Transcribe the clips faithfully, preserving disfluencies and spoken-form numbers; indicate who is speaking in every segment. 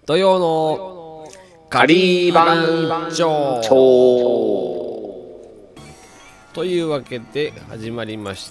Speaker 1: 土曜の
Speaker 2: カリー番
Speaker 1: 長
Speaker 2: 長
Speaker 1: というわけで始まりました、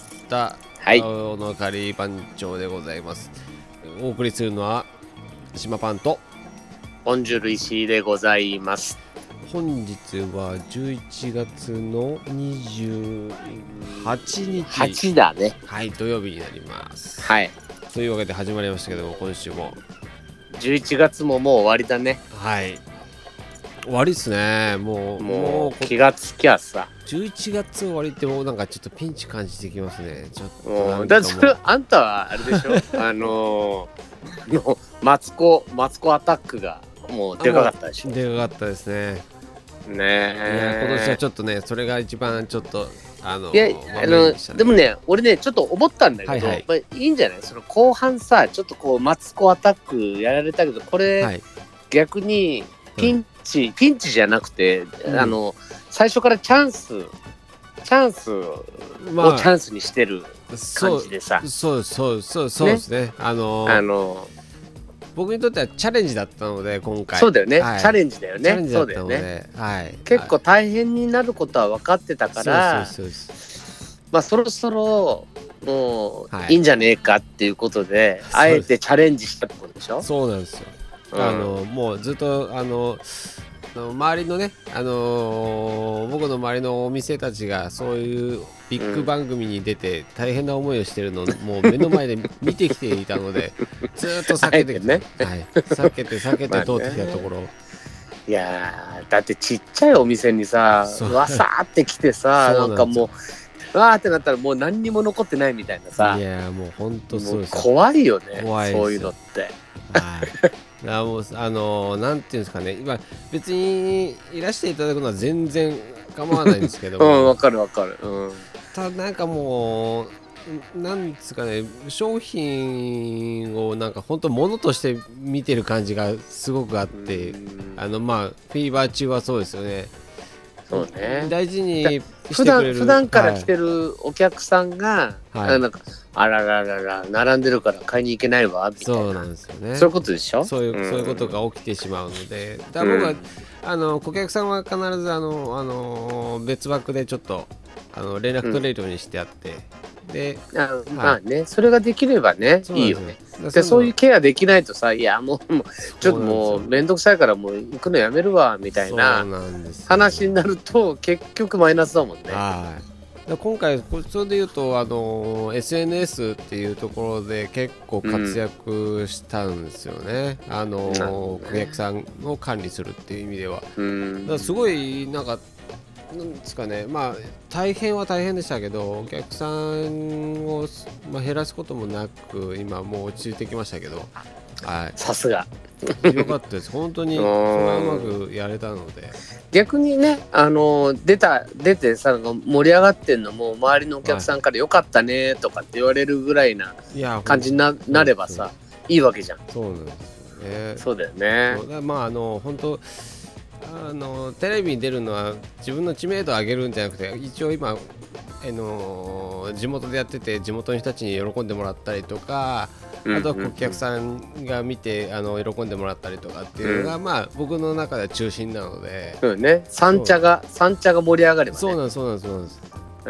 Speaker 2: はい、
Speaker 1: 土曜のカリー番長でございます。お送りするのは島パンと
Speaker 2: ボンジュール石井でございます。
Speaker 1: 本日はじゅういちがつのにじゅうはちにち
Speaker 2: はちだね。
Speaker 1: はい土曜日になります。
Speaker 2: はい
Speaker 1: というわけで始まりましたけども、今週も
Speaker 2: じゅういちがつももう終わりだね。
Speaker 1: はい終わりっすね。もう
Speaker 2: もう気がつきゃさ
Speaker 1: じゅういちがつ終わりってもうなんかちょっとピンチ感じてきますね。ちょっと
Speaker 2: も
Speaker 1: なんかもう
Speaker 2: うだってそれあんたはあれでしょあのー、のマツコマツコアタックがもうでかかったでしょ。
Speaker 1: でかかったですね。
Speaker 2: ね
Speaker 1: いや
Speaker 2: え
Speaker 1: 今年はちょっとねそれが一番ちょっとあの
Speaker 2: いや
Speaker 1: ま
Speaker 2: あの
Speaker 1: でしたね
Speaker 2: でもね俺ねちょっと思ったんだけど、
Speaker 1: はいはい
Speaker 2: まあ、いいんじゃない？その後半さちょっとこうマツコアタックやられたけどこれ、
Speaker 1: はい
Speaker 2: 逆にピンチ、うん、ピンチじゃなくて、うん、あの最初からチャンスチャンスをチャンスにしてる感じでさ、
Speaker 1: まあ、そうそうそうそうですね。あの
Speaker 2: あの
Speaker 1: 僕にとってはチャレンジだったので今回
Speaker 2: そうだよね、
Speaker 1: はい、
Speaker 2: チャレンジだよね。
Speaker 1: チャレンジだったので
Speaker 2: そうだよね、
Speaker 1: はい、
Speaker 2: 結構大変になることは分かってたから
Speaker 1: そうそうそう
Speaker 2: まあそろそろもう、
Speaker 1: はい、
Speaker 2: いいんじゃねえかっていうことであえてチャレンジしたってことでしょ。
Speaker 1: そうなんですよ。あのもうずっとあの周りのね、あのー、僕の周りのお店たちがそういうビッグ番組に出て大変な思いをしてるのをもう目の前で見てきていたのでずっと避けてきて、ねはい、避けて避けて通ってきたところ、
Speaker 2: いやだってちっちゃいお店にさわさーって来てさなんかもうわーってなったらもう何にも残ってないみたいなさ、
Speaker 1: いやもう本当そうです。
Speaker 2: 怖いよね。
Speaker 1: 怖い
Speaker 2: そういうのって。
Speaker 1: はいあもうあのー、なんていうんですかね、今別にいらしていただくのは全然構わないんですけども、
Speaker 2: うん、わかるわかる、うん、
Speaker 1: ただなんかもうなんですかね、商品をなんか本当物として見てる感じがすごくあって、あのまあフィーバー中はそうですよね。
Speaker 2: そうね。
Speaker 1: 大事にして
Speaker 2: 普段普段から来てるお客さんが、
Speaker 1: はい、
Speaker 2: あなんかあらららら並んでるから買いに行けないわみたいな。
Speaker 1: そうなんですよね。
Speaker 2: そういうことでしょ。
Speaker 1: そういう、
Speaker 2: うん、
Speaker 1: そういうことが起きてしまうので、だから僕は、うん、あの顧客さんは必ずあのあの別枠でちょっとあの連絡取れるようにしてあって。うんで
Speaker 2: あはい、まあねそれができればねいいよね。でそういうケアできないとさいやもう、もうちょっともうめんどくさいからもう行くのやめるわみたいな話になると結局マイナスだもんね。
Speaker 1: はい今回それで言うとあの エスエヌエス っていうところで結構活躍したんですよね、うん、あの顧客さんを管理するっていう意味では、うん、だからすごいなんかなんですかね、まあ大変は大変でしたけどお客さんを、まあ、減らすこともなく今もう落ち着いてきましたけど、はい、
Speaker 2: さすが
Speaker 1: よかったです本当にそれはうまくやれたので
Speaker 2: 逆にねあの出た出てさ盛り上がってんのも周りのお客さんからよかったねとかって言われるぐらいな感じに な, なればさいいわけじゃん。
Speaker 1: そうなんですよね。
Speaker 2: そうだよね。
Speaker 1: そうだまああの本当あのテレビに出るのは自分の知名度を上げるんじゃなくて一応今、あの地元でやってて地元の人たちに喜んでもらったりとかあとは顧客さんが見てあの喜んでもらったりとかっていうのが、うん、まあ僕の中では中心なので
Speaker 2: そうね三茶が三茶が盛り上がればね。
Speaker 1: そうなんですそうなんですそうなんです、
Speaker 2: うん、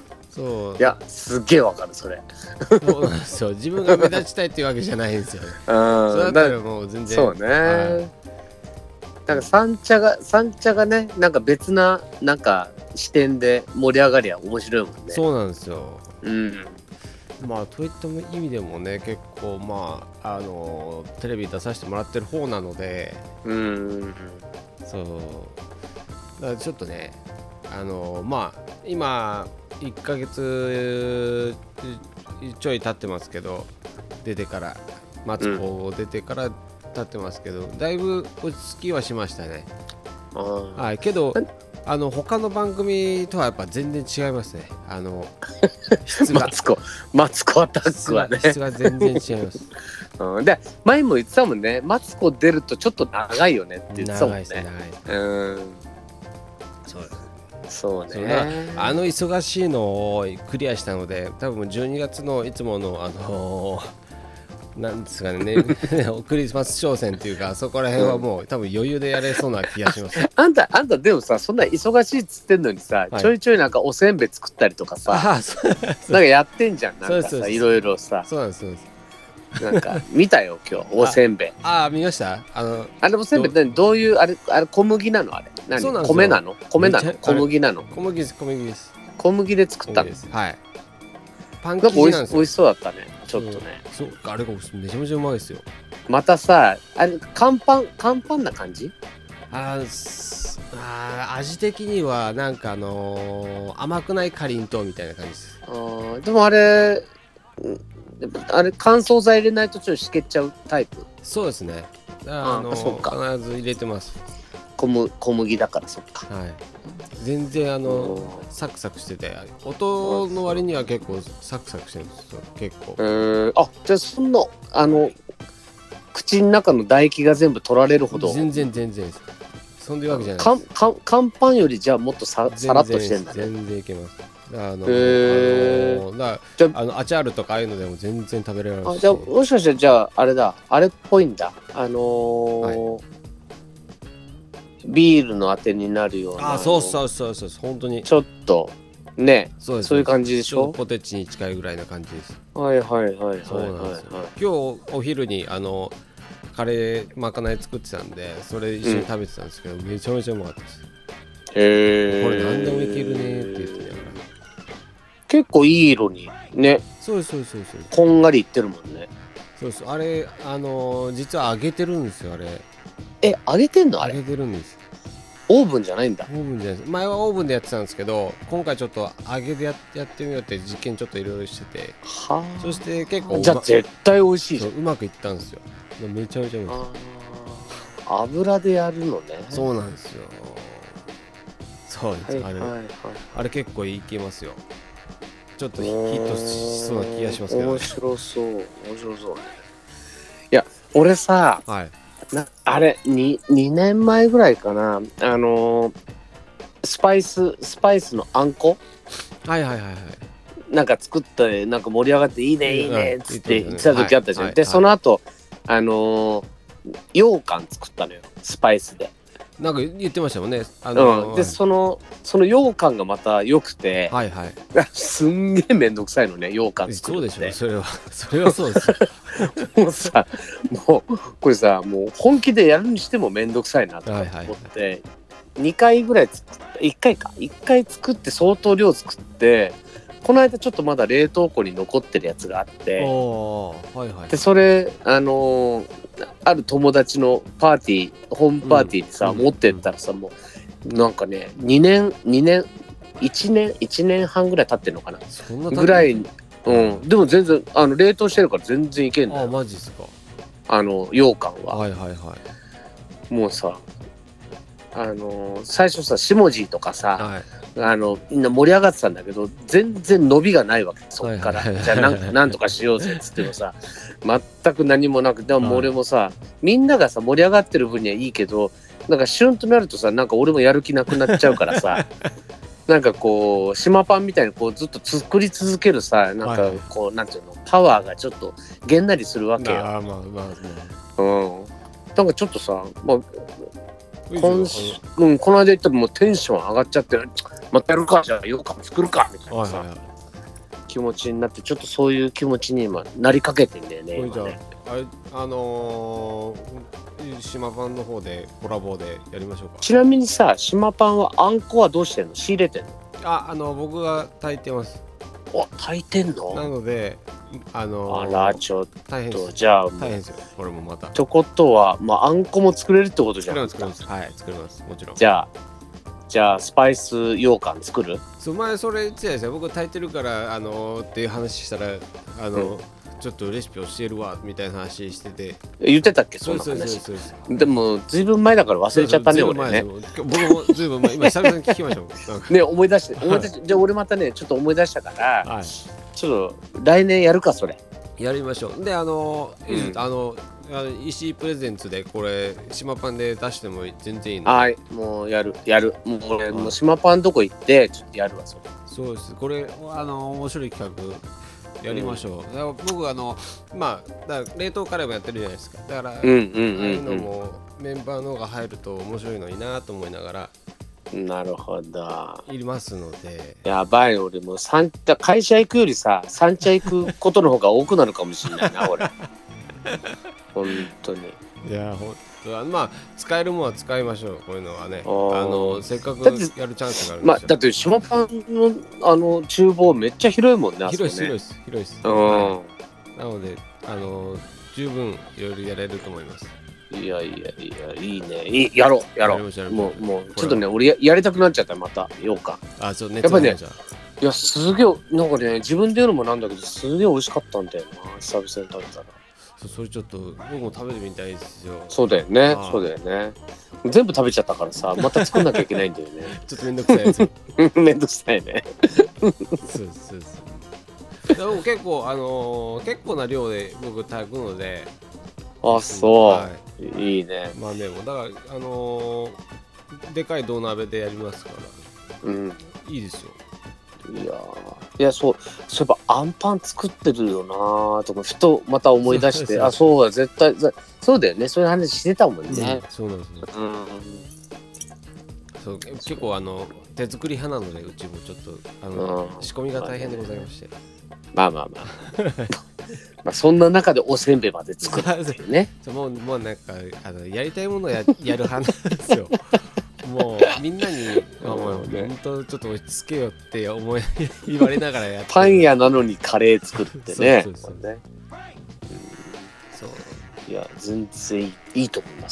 Speaker 1: そう
Speaker 2: いやすっげえわかるそれ。
Speaker 1: そうなんですよ自分が目立ちたいっていうわけじゃないんですよね。それだったらもう全然
Speaker 2: そうね、はいなんか三茶が三茶がねなんか別ななんか視点で盛り上がりゃ面白いもんね。
Speaker 1: そうなんですよ。
Speaker 2: うん
Speaker 1: まあといった意味でもね結構まああのテレビ出させてもらってる方なので
Speaker 2: うん
Speaker 1: そうだからちょっとねあのまあ今いっかげつちょい経ってますけど出てからマツコ出てから、うん立ってますけどだいぶ落ち着きはしましたね。はいけどあの他の番組とはやっぱ全然違いますね。あの
Speaker 2: 質がマツコマツコアタックはね
Speaker 1: 質が全然違います。
Speaker 2: うん、で前も言ってたもんねマツコ出るとちょっと長いよねって言ってたもんね。
Speaker 1: 長いですね
Speaker 2: 長いうん
Speaker 1: そうです
Speaker 2: そうね
Speaker 1: あの忙しいのをクリアしたので多分じゅうにがつのいつものあのーなんですかねクリスマス商戦っていうかそこら辺はもう、うん、多分余裕でやれそうな気がします
Speaker 2: あんたあんたでもさそんな忙しいっつってんのにさ、はい、ちょいちょいなんかおせんべい作ったりとかさなんかやってんじゃんなんかさいろいろさ
Speaker 1: そうなんですそうです
Speaker 2: なんか見たよ今日おせんべい
Speaker 1: ああ見ましたあの
Speaker 2: あれおせんべいってどういうあれあれ小麦なのあれ何
Speaker 1: そうなん
Speaker 2: 米なの米なの小麦なの
Speaker 1: 小麦です小麦です
Speaker 2: 小麦で作ったの
Speaker 1: はいパン生地なんですよ
Speaker 2: 美味しそうだったねちょっとね
Speaker 1: そうあれがめちゃめちゃうまいですよ
Speaker 2: またさあれ乾パン乾パンな感じ
Speaker 1: ああ味的にはなんかあのー、甘くないかりんとうみたいな感じです
Speaker 2: あでもあれあれ乾燥剤入れないとちょっとしけっちゃうタイプ
Speaker 1: そうですねあ、あのー、そうか必ず入れてます
Speaker 2: 小麦、小麦だからそっか
Speaker 1: はい全然あのサクサクしてて音の割には結構サクサクしてるんですよ結構
Speaker 2: えー、あじゃあそんなあの口の中の唾液が全部取られるほど
Speaker 1: 全然全然そんなわけじゃないです
Speaker 2: かん乾パンよりじゃあもっと さ, さらっとしてんだね
Speaker 1: 全然いけますあの、えー、あのだじゃあのアチャールとかああいうのでも全然食べれられるし
Speaker 2: あじゃあもしかしてじゃああれだあれっぽいんだあのーはいビールのあてになるような
Speaker 1: あそうそうそうそう本当に
Speaker 2: ちょっとね
Speaker 1: そうです
Speaker 2: そういう感じでしょ
Speaker 1: ポテチに近いぐらいな感じです
Speaker 2: はいはいはいはい
Speaker 1: そうなんですよ、はい、今日お昼にあのカレーまかない作ってたんでそれ一緒に食べてたんですけど、うん、めちゃめちゃうまかったです
Speaker 2: へえ
Speaker 1: これ何でもいけるねって言ってたから
Speaker 2: 結構いい色にね
Speaker 1: そうですそうですそうです
Speaker 2: こんがりいってるもんね
Speaker 1: そうですあれあのー、実は揚げてるんですよあれ
Speaker 2: え揚げてんのあれ
Speaker 1: 揚げてるんです
Speaker 2: オーブンじゃないんだ
Speaker 1: オーブンじゃないです前はオーブンでやってたんですけど今回ちょっと揚げで や, やってみようって実験ちょっといろいろしててはそして結構
Speaker 2: じゃあ絶対美味しいじゃん
Speaker 1: うまくいったんですよめちゃめちゃうまい
Speaker 2: 油でやるのね
Speaker 1: そうなんですよそうです、はいはいはい、あれあれ結構いけますよちょっとヒットしそうな気がしますけど、ね、
Speaker 2: 面白そう面白そうねいや俺さ、はい、なあれ 2, 2年前ぐらいかなあのー、スパイススパイスのあんこ
Speaker 1: はいはいはいはい
Speaker 2: なんか作ってなんか盛り上がっていいねいいねっつって言ってた時あったじゃん、はいはい、でその後あのー、羊羹作ったのよスパイスで
Speaker 1: なんか言ってましたもんね、あのー
Speaker 2: うん、で、はい、そのその羊羹がまた良くて、
Speaker 1: はいはい、
Speaker 2: すんげえめんどくさいのね羊羹作るって
Speaker 1: そうでしょそれはそれはそうですよ
Speaker 2: もうさもうこれさもう本気でやるにしてもめんどくさいなと思って、はいはいはい、にかいぐらい作ったいっかいかいっかい作って相当量作ってこの間ちょっとまだ冷凍庫に残ってるやつがあって、はいはい、でそれあのーある友達のパーティーホームパーティーにさ、うん、持ってったらさもうなんかねにねんにねんいちねんいちねんはんぐらい経ってんのかなそんなぐらい、うん、でも全然あの冷凍してるから全然いけんだよ
Speaker 1: あマジっすか
Speaker 2: あの羊羹は
Speaker 1: はいはいはい
Speaker 2: もうさあのー、最初さしもじとかさ、はいあのみんな盛り上がってたんだけど全然伸びがないわけそっから、はいはい、じゃあなんなんとかしようぜっつってもさ全く何もなくでも俺もさ、はい、みんながさ盛り上がってる分にはいいけどなんかシュンとなるとさなんか俺もやる気なくなっちゃうからさなんかこう島パンみたいにこうずっと作り続けるさなんかこう、はい、なんていうのパワーがちょっとげんなりするわけよ。あまあまあまあ、うん、なんかちょっとさ、まあ今週うん、この間言ったらもうテンション上がっちゃってまたやるかじゃあ羊羹作るかみたいなさ、はいはいはい、気持ちになってちょっとそういう気持ちに今なりかけてんだよね。
Speaker 1: これじゃあ、ね、あれあのー、島パンの方でコラボでやりましょうか。
Speaker 2: ちなみにさ島パンはあんこはどうしてんの仕入れてんの
Speaker 1: ああの僕が炊いてます。
Speaker 2: お炊いてんの
Speaker 1: なのであの
Speaker 2: ー、あらちょっとじゃあ
Speaker 1: 大変ですよこれもまた
Speaker 2: ってことはまああんこも作れるってことじゃん。
Speaker 1: 作れますはい作れますもちろん。
Speaker 2: じゃあじゃあスパイス羊羹作る？
Speaker 1: そう前それ言ってたですよ僕炊いてるからあのー、っていう話したらあのーうん、ちょっとレシピ教えるわみたいな話してて
Speaker 2: 言ってたっけそんな話。でもずいぶん前だから忘れちゃったね俺ね。
Speaker 1: 僕もずいぶん前今久々に聞きましょ
Speaker 2: うね思い出して思い出してじゃあ俺またねちょっと思い出したから、はい、ちょっと来年やるかそれ。
Speaker 1: やりましょう。であの、うん、あのあの石井プレゼンツでこれ島パンで出しても全然いいの？
Speaker 2: はいもうやるやるもう俺もう島パンどこ行ってちょっとやるわそれ。
Speaker 1: そうですこれあの面白い企画やりましょう、うん、だから僕あのまあだから冷凍カレーもやってるじゃないですか。だから、
Speaker 2: うんうんうんうん、
Speaker 1: ああいうのもメンバーの方が入ると面白いのになと思いながら。
Speaker 2: なるほど。
Speaker 1: いりますので。
Speaker 2: やばい、俺も三会社行くよりさ三茶行くことの方が多くなるかもしれないな俺。本当に。
Speaker 1: いや本当まあ使えるものは使いましょう。こういうのはね。あのせっかくやるチャンスがあるんですよ。
Speaker 2: まあ、だって島パンのあの厨房めっちゃ広いもんね。
Speaker 1: 広いです、広いです広いです。
Speaker 2: うん、
Speaker 1: はい、なのであの十分いろいろやれると思います。
Speaker 2: いやいやいやいいね。いいやろうやろう。もうもうちょっとね俺 や, やりたくなっちゃったまたようか。
Speaker 1: あそうね。
Speaker 2: やっぱりね。いやすげえなんかね自分で言うのもなんだけどすげえ美味しかったんだよな久々に食べたら。
Speaker 1: そ, それちょっと僕も食べてみたいですよ。
Speaker 2: そうだよねそうだよね。全部食べちゃったからさまた作んなきゃいけないんだよね。
Speaker 1: ちょっとめんどくさいやつ。
Speaker 2: めんどくさいね。
Speaker 1: そうそうそう。でも結構あのー、結構な量で僕炊くので。
Speaker 2: あそう、はい、いいね。
Speaker 1: まあねもだからあのー、でかい銅鍋でやりますから、うん、いいですよ。
Speaker 2: いやいやそうそういえばアンパン作ってるよなとかふとまた思い出してあそうだ絶対そうだよねそういう話してたもんね。うん、
Speaker 1: そうなんですね。うん、そう結構あの手作り派なのでうちもちょっとあの、うん、仕込みが大変でございまして。
Speaker 2: まあまあまあ。まあそんな中でおせんべいまで作るっていうね。
Speaker 1: もうもうなんかあのやりたいものを や, やる派なんですよ。もうみんなにまあもう本当ちょっと落ち着けよって思い言われながらやって
Speaker 2: パン屋なのにカレー作ってね。そうそうそうね、うん、そういや全然いいと思います。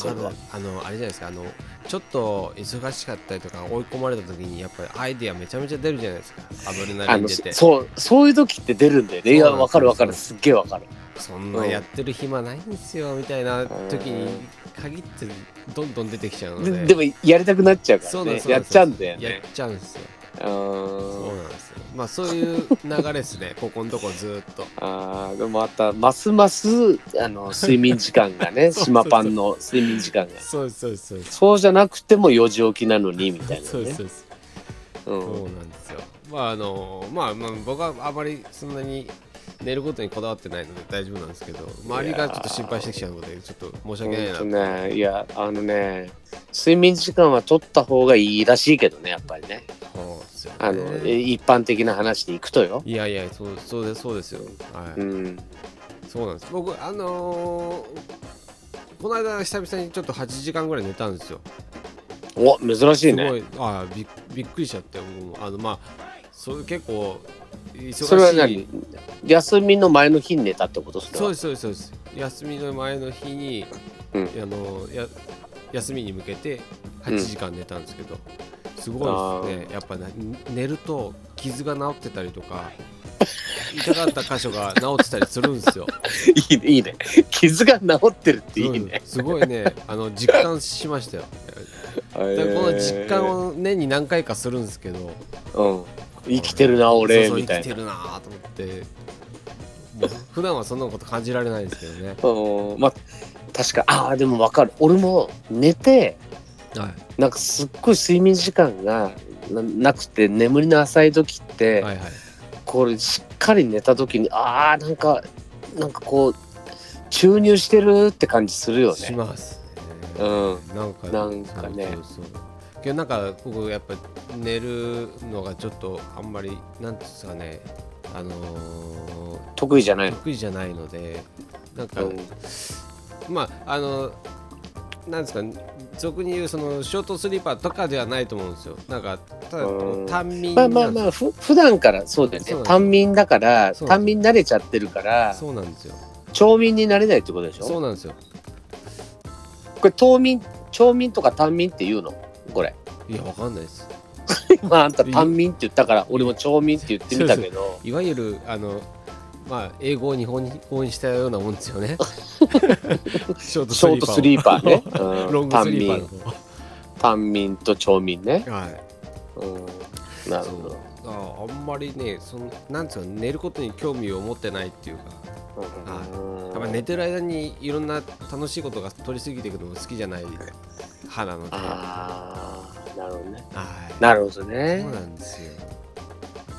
Speaker 1: まあ、あのあれじゃないですかあのちょっと忙しかったりとか追い込まれた時にやっぱりアイディアめちゃめちゃ出るじゃないですか。アドレナリン出て
Speaker 2: そうそういう時って出るんだよね。いや分かる分かるすっげえ分かる。
Speaker 1: そんなやってる暇ないんですよみたいな時に限ってどんどん出てきちゃうので、
Speaker 2: で, でもやりたくなっちゃうからね。やっちゃうんだよね。
Speaker 1: やっちゃうんですよ。そうなんですよ。まあそういう流れですね。ここのとこずっと。
Speaker 2: ああでもまたますますあの睡眠時間がね島パンの睡眠時間が
Speaker 1: そうそうそう
Speaker 2: そうじゃなくてもよじ起きなのにみたいなね。そうそう
Speaker 1: そう、うん、そうなんですよ。まああのまあ、まあ、僕はあまりそんなに寝ることにこだわってないので大丈夫なんですけど周りがちょっと心配してきちゃうのでちょっと申し訳ないなと、
Speaker 2: ね、いやあのね睡眠時間は取った方がいいらしいけどねやっぱりね。そうですよね。あの一般的な話でいくとよ。
Speaker 1: いやいやそうそうですそうですよ。はい、うん、そうなんです。僕あのー、この間久々にちょっとはちじかんぐらい寝たんですよ。
Speaker 2: お珍しいね。
Speaker 1: すごいあ び, びっくりしちゃってもうあのまあそれ結構忙しい。
Speaker 2: それは何休みの前の日に寝たってこと？
Speaker 1: そうですそうですそうです。休みの前の日に、うん、あのや休みに向けてはちじかん寝たんですけど、うん、すごいですね。やっぱ、ね、寝ると傷が治ってたりとか痛かった箇所が治ってたりするんですよ。
Speaker 2: いいねいいね。傷が治ってるっていいね。
Speaker 1: すごいねあの実感しましたよ。この実感を年に何回かするんですけど、
Speaker 2: うん、生きてるな俺みたいな。
Speaker 1: 生きてるなと思ってもう普段はそんなこと感じられないですけどね。
Speaker 2: うんまあ確かああでも分かる。俺も寝て、はい、なんかすっごい睡眠時間が な, なくて眠りの浅い時って、はいはい、これしっかり寝た時にああなんかなんかこう注入してるって感じするよね。
Speaker 1: します、
Speaker 2: ね、うん
Speaker 1: なんか
Speaker 2: なんかね
Speaker 1: そうそうけどなんか僕やっぱ寝るのがちょっとあんまりなんですかねあのー、
Speaker 2: 得意じゃない
Speaker 1: 得意じゃないのでなんか、うん、まああのなんですか俗に言うそのショートスリーパーとかではないと思うんですよ。なんかただ単眠
Speaker 2: まあまあまあふ普段からそうだよね。単眠だから単眠慣れちゃってるから
Speaker 1: そうなんですよ。
Speaker 2: 長眠になれないってことでしょ。
Speaker 1: そうなんですよ。
Speaker 2: これ冬眠長眠とか単眠って言うのこれ。
Speaker 1: いやわかんないです。
Speaker 2: まああんた単眠って言ったから俺も長眠って言ってみたけど
Speaker 1: いわゆるあのまあ英語を日本語にしたようなもんですよね。ショー
Speaker 2: トスリーパーね。
Speaker 1: うん、ロングスリーパーの方。
Speaker 2: 単眠と長眠ね。
Speaker 1: はい。
Speaker 2: うん、なるほど。
Speaker 1: あ, あんまりねそのなんつうの寝ることに興味を持ってないっていうか。うん、やっぱ寝てる間にいろんな楽しいことが取り過ぎていくのも好きじゃない派なので。
Speaker 2: ああなるほどね。
Speaker 1: はい。
Speaker 2: なるほどね。
Speaker 1: そうなんですよ。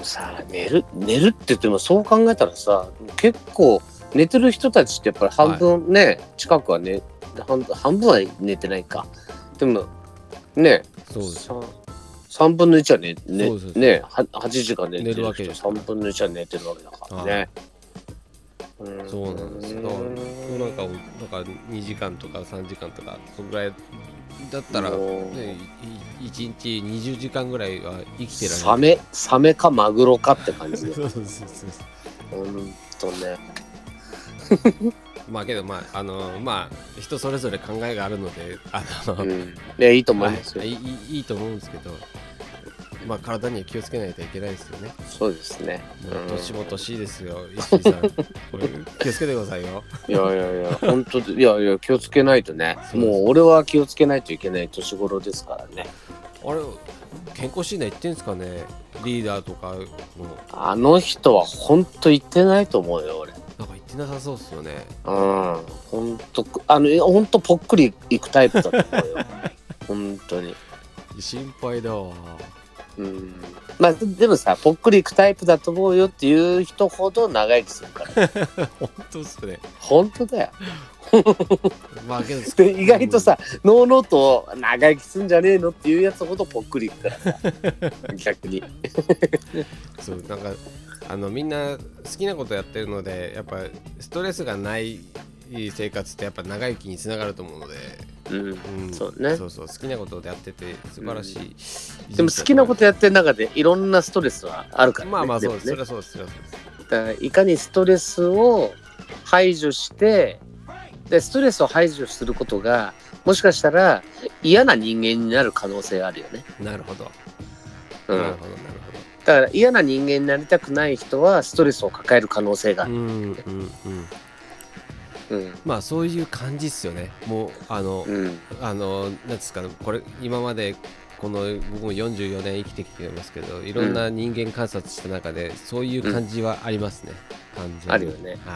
Speaker 2: もさ寝る寝るって言ってもそう考えたらさ結構寝てる人たちってやっぱり半分ね、はい、近くはね半, 半分は寝てないかでもね
Speaker 1: そうです
Speaker 2: さんぶんのいちはねねねはちじかん寝てる人さんぶんのいちは寝てるわけだからね。
Speaker 1: うんそうなんですよ。なんかなんかにじかんとかさんじかんとかそのぐらいだったら、ね、いちにちにじゅうじかんぐらいは生きてられる。
Speaker 2: サメサメかマグロかって感じで。
Speaker 1: そうそうそう
Speaker 2: ほんとね。
Speaker 1: まあけどまああのまあ人それぞれ考えがあるのであの、うん、
Speaker 2: ねいいと思いますよ、
Speaker 1: はい、いいいいと思うんですけど。まあ体には気をつけないといけないですよね。
Speaker 2: そうですね。
Speaker 1: 年も年ですよ、石井さん。これ気をつけてくださいよ。
Speaker 2: いやいやいや、本当いやいや気をつけないとね。もう俺は気をつけないといけない年頃ですからね。
Speaker 1: あれ健康診断行ってんですかね、リーダーとかの。
Speaker 2: あの人は本当行ってないと思うよ俺。
Speaker 1: なんか行ってなさそうですよね。
Speaker 2: うん、本当あの本当ぽっくり行くタイプだと思うよ。本当に。
Speaker 1: 心配だわ。
Speaker 2: うん、まあでもさぽっくりいくタイプだと思うよっていう人ほど長生きするから
Speaker 1: 本当っすね。
Speaker 2: 本当だよ。
Speaker 1: まあけど
Speaker 2: で意外とさのうのうと長生きすんじゃねえのっていうやつほどぽっくりいくからさ逆に
Speaker 1: そうなんかあのみんな好きなことやってるのでやっぱストレスがない生活ってやっぱ長生きにつながると思うので、
Speaker 2: うんうん、そうね。
Speaker 1: そうそう好きなことでやってて素晴らしい、
Speaker 2: うん、でも好きなことやってる中でいろんなストレスはあるからね。
Speaker 1: まあまあそうです、
Speaker 2: ね、
Speaker 1: それはそうです、それはそうです。
Speaker 2: だからいかにストレスを排除してでストレスを排除することがもしかしたら嫌な人間になる可能性があるよね。
Speaker 1: なるほど、
Speaker 2: うん、なるほどなるほど。だから嫌な人間になりたくない人はストレスを抱える可能性がある、うんうんうん
Speaker 1: うん、まあそういう感じっすよね。もうあの、うん、あのなんですかね、これ今までこの僕もよんじゅうよねん生きてきてますけど、いろんな人間観察した中で、うん、そういう感じはありますね。完全に
Speaker 2: あるよね。
Speaker 1: はい。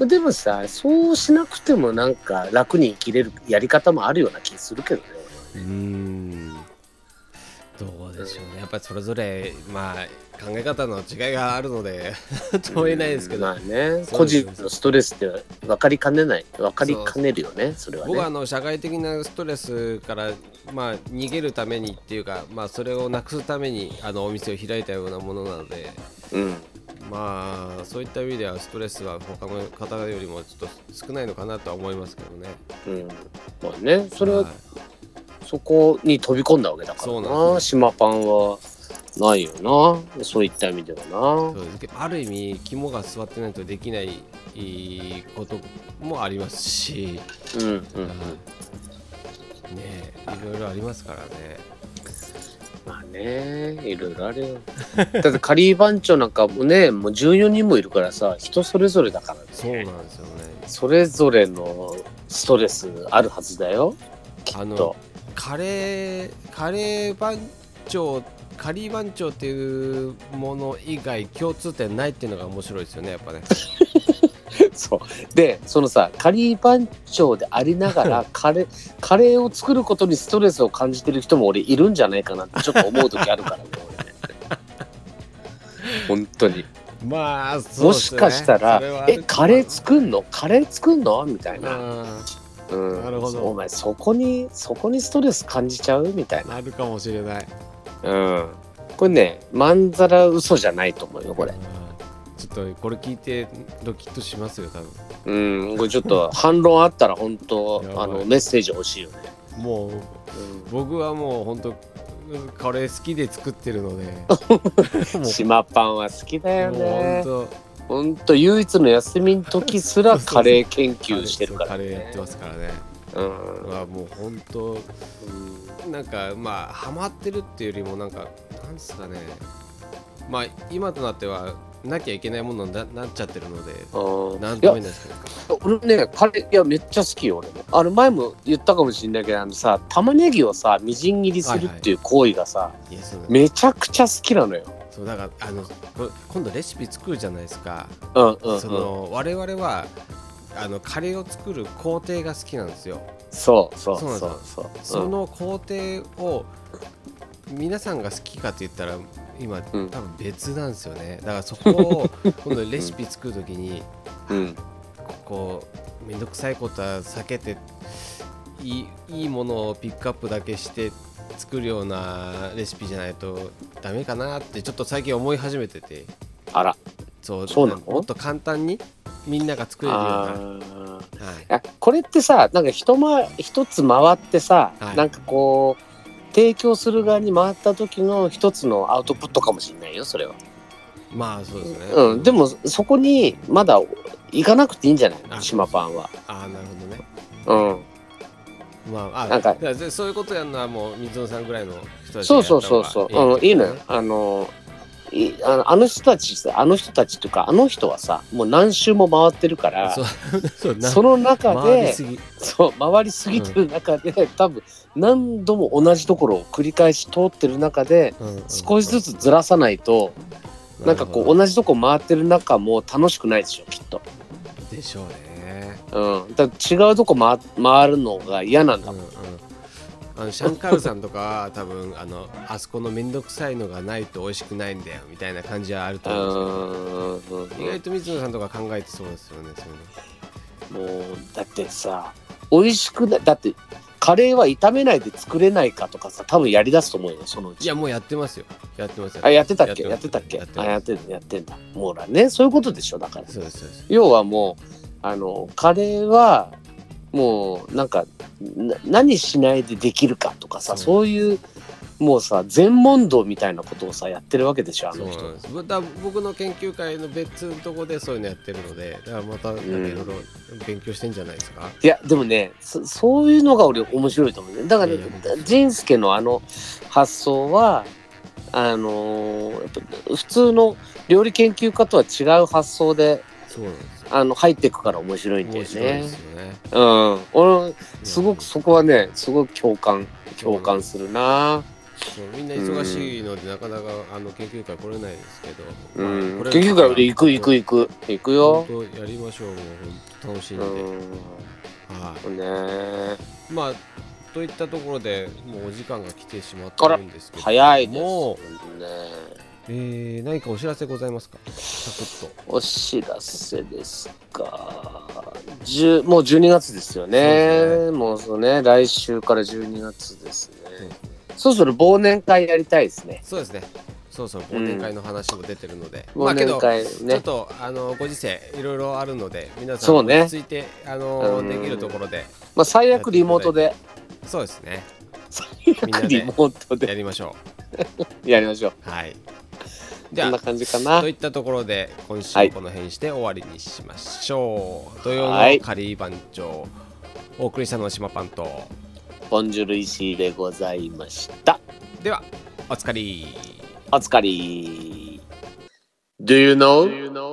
Speaker 2: でもさ、そうしなくてもなんか楽に生きれるやり方もあるような気するけどね。
Speaker 1: うーん。どうでしょうね。やっぱりそれぞれまあ考え方の違いがあるので問えないですけど、
Speaker 2: まあね、個人のストレスって分かりかねない分かりかねるよね。それはね。
Speaker 1: 僕はあの社会的なストレスからまあ逃げるためにっていうか、まあそれをなくすためにあのお店を開いたようなものなので、うん、まあそういった意味ではストレスは他の方よりもちょっと少ないのかなとは思いますけどね。
Speaker 2: うん、まあね、それは、はい、そこに飛び込んだわけだからな。そうなんです、ね、島パンはないよな、そういった意味ではな。そうです。
Speaker 1: ある意味肝が据わってないとできないこともありますし、うんうんうん、ねえいろいろありますからね。
Speaker 2: まあね、いろいろあるよ。だってカリー番長なんかもね、もうじゅうよにんもいるからさ、人それぞれだからね。
Speaker 1: そうなんですよね。
Speaker 2: それぞれのストレスあるはずだよ、きっと。あの
Speaker 1: カレーカレー番長カリー番長っていうもの以外共通点ないっていうのが面白いですよね、やっぱね。
Speaker 2: そうで、そのさカリー番長でありながらカレーカレーを作ることにストレスを感じてる人も俺いるんじゃないかなってちょっと思う時あるからね俺ね。本当に。
Speaker 1: まあそうですね、
Speaker 2: もしかしたらえカレー作んのカレー作んのみたいな。うん、なるほど。お前そこにそこにストレス感じちゃうみたいな。
Speaker 1: あるかもしれない。
Speaker 2: うん。これね、まんざら嘘じゃないと思うよこれ。
Speaker 1: ちょっとこれ聞いてドキッとしますよ多分。
Speaker 2: うん、これちょっと反論あったら本当あのメッセージ欲しいよね。
Speaker 1: もう、うん、僕はもう本当カレー好きで作ってるので。
Speaker 2: 島パンは好きだよね。本当。ほんと唯一の休みの時すらカレー研究してるからね。
Speaker 1: カレーやってますからね。うん。はもう本当、うん、なんかまあハマってるっていうよりもなんかなんですかね。まあ今となってはなきゃいけないものに な, なっちゃってるので、なんとも言えないですけど。
Speaker 2: 俺ねカレーいやめっちゃ好きよ俺も。あの前も言ったかもしれないけどあのさ玉ねぎをさみじん切りするっていう行為がさ、はいはい、めちゃくちゃ好きなのよ。
Speaker 1: そうだからあの今度レシピ作るじゃないですか。
Speaker 2: うんうんうん、
Speaker 1: その我々はあのカレーを作る工程が好きなんですよ。
Speaker 2: そうそうそうそう。
Speaker 1: その工程を皆さんが好きかって言ったら今、うん、多分別なんですよね。だからそこを今度レシピ作るときに、うん、こうめんどくさいことは避けていい、いいものをピックアップだけして作るようなレシピじゃないとダメかなってちょっと最近思い始めてて。
Speaker 2: あら、
Speaker 1: そう、
Speaker 2: そうなの？
Speaker 1: もっと簡単にみんなが作れるような。
Speaker 2: はい、これってさ、なんか一回一つ回ってさ、はい、なんかこう提供する側に回った時の一つのアウトプットかもしれないよ、それは。
Speaker 1: まあそうですね、
Speaker 2: うん、でもそこにまだ行かなくていいんじゃないの、島パンは。
Speaker 1: ああ、なるほどね。うん。まあ、あ、なんかそういうことやるのはもう水野さんぐらいの人たちがやった方がいい、ね、そうそうそうそう、うん、いいのよ。あの
Speaker 2: いあのあの人たちあの人たちというかあの人はさ、もう何周も回ってるから、 そ, そ, その中でそう回りすぎてる中で、うん、多分何度も同じところを繰り返し通ってる中で、うんうん、少しずつずらさないと、うん、なんかこう同じとこ回ってる中も楽しくないでしょ、きっと。
Speaker 1: でしょうね。
Speaker 2: うん、だから違うとこ 回, 回るのが嫌なんだもん。うんうん、
Speaker 1: あのシャンカールさんとかは多分 あ, のあそこのめんどくさいのがないと美味しくないんだよみたいな感じはあると思うんですけど、意外と水野さんとか考えてそうですよね。
Speaker 2: そういうのもうだってさ、美味しくない、だってカレーは炒めないで作れないかとかさ、多分やりだすと思うよ、そのうち。
Speaker 1: いやもうやってますよ、やってます。
Speaker 2: あ、やってたっけ、やってたっけ、あ、やってる、やってんだ。もうらね、そういうことでしょ。だから
Speaker 1: そうですそうです。
Speaker 2: 要はもうあのカレーはもうなんか何しないでできるかとかさ、そう、そういうもうさ全問答みたいなことをさやってるわけでしょ、あの人。そうなんです。
Speaker 1: だ僕の研究会の別のとこでそういうのやってるので、だからまたいろいろ勉強してんじゃないですか。
Speaker 2: うん、いやでもね そ, そういうのが俺面白いと思うね。だから、ね、仁助のあの発想はあのー、やっぱ普通の料理研究家とは違う発想で、そうなんですよ、あの入っていくから面白いんだよね。面白いですよね。うん、俺すごくそこはねすごく共感共感するな。
Speaker 1: そう、みんな忙しいので、うん、なかなかあの研究会来れないですけど、
Speaker 2: うんまあ、研究会で行く行く行く行くよ。
Speaker 1: 本当やりましょう。もう本当楽しいんで、うん、
Speaker 2: はい、ね、
Speaker 1: まあといったところでもうお時間が来てしまってるんですけど、
Speaker 2: 早いですね。
Speaker 1: もうえー、何かお知らせございますか？サクッと
Speaker 2: お知らせですか。もうじゅうにがつですよね。もうそうね、来週からじゅうにがつですね。うん、そろそろ忘年会やりたいですね。
Speaker 1: そうですね。そうそう、忘年会の話も出てるので、
Speaker 2: うん、まあけど、ね、
Speaker 1: ちょっとあのご時世いろいろあるので、皆さん落ち着いて、ね、あのできるところで、
Speaker 2: まあ最悪リモートで。
Speaker 1: そうですね。
Speaker 2: 最悪リモートで
Speaker 1: やりましょ
Speaker 2: う。やりましょう。
Speaker 1: はい。
Speaker 2: こんな感じかな。
Speaker 1: といったところで今週もこの辺して終わりにしましょう。はい、土曜のカリー番長、お送りしたのは島パンと
Speaker 2: ボンジュル石井でございました。
Speaker 1: ではおつかり
Speaker 2: おつかり。Do you know?